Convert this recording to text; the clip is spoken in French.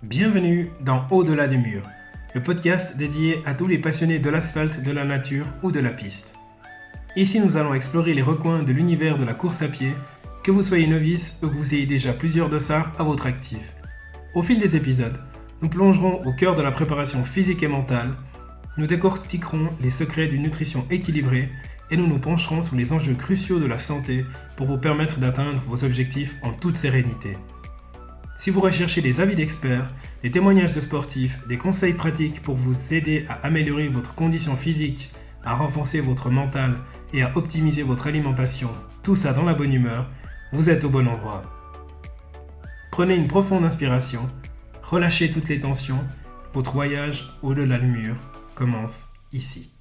Bienvenue dans Au-delà du mur, le podcast dédié à tous les passionnés de l'asphalte, de la nature ou de la piste. Ici, nous allons explorer les recoins de l'univers de la course à pied, que vous soyez novice ou que vous ayez déjà plusieurs dossards à votre actif. Au fil des épisodes, nous plongerons au cœur de la préparation physique et mentale, nous décortiquerons les secrets d'une nutrition équilibrée et nous nous pencherons sur les enjeux cruciaux de la santé pour vous permettre d'atteindre vos objectifs en toute sérénité. Si vous recherchez des avis d'experts, des témoignages de sportifs, des conseils pratiques pour vous aider à améliorer votre condition physique, à renforcer votre mental et à optimiser votre alimentation, tout ça dans la bonne humeur, vous êtes au bon endroit. Prenez une profonde inspiration, relâchez toutes les tensions, votre voyage au-delà du mur commence ici.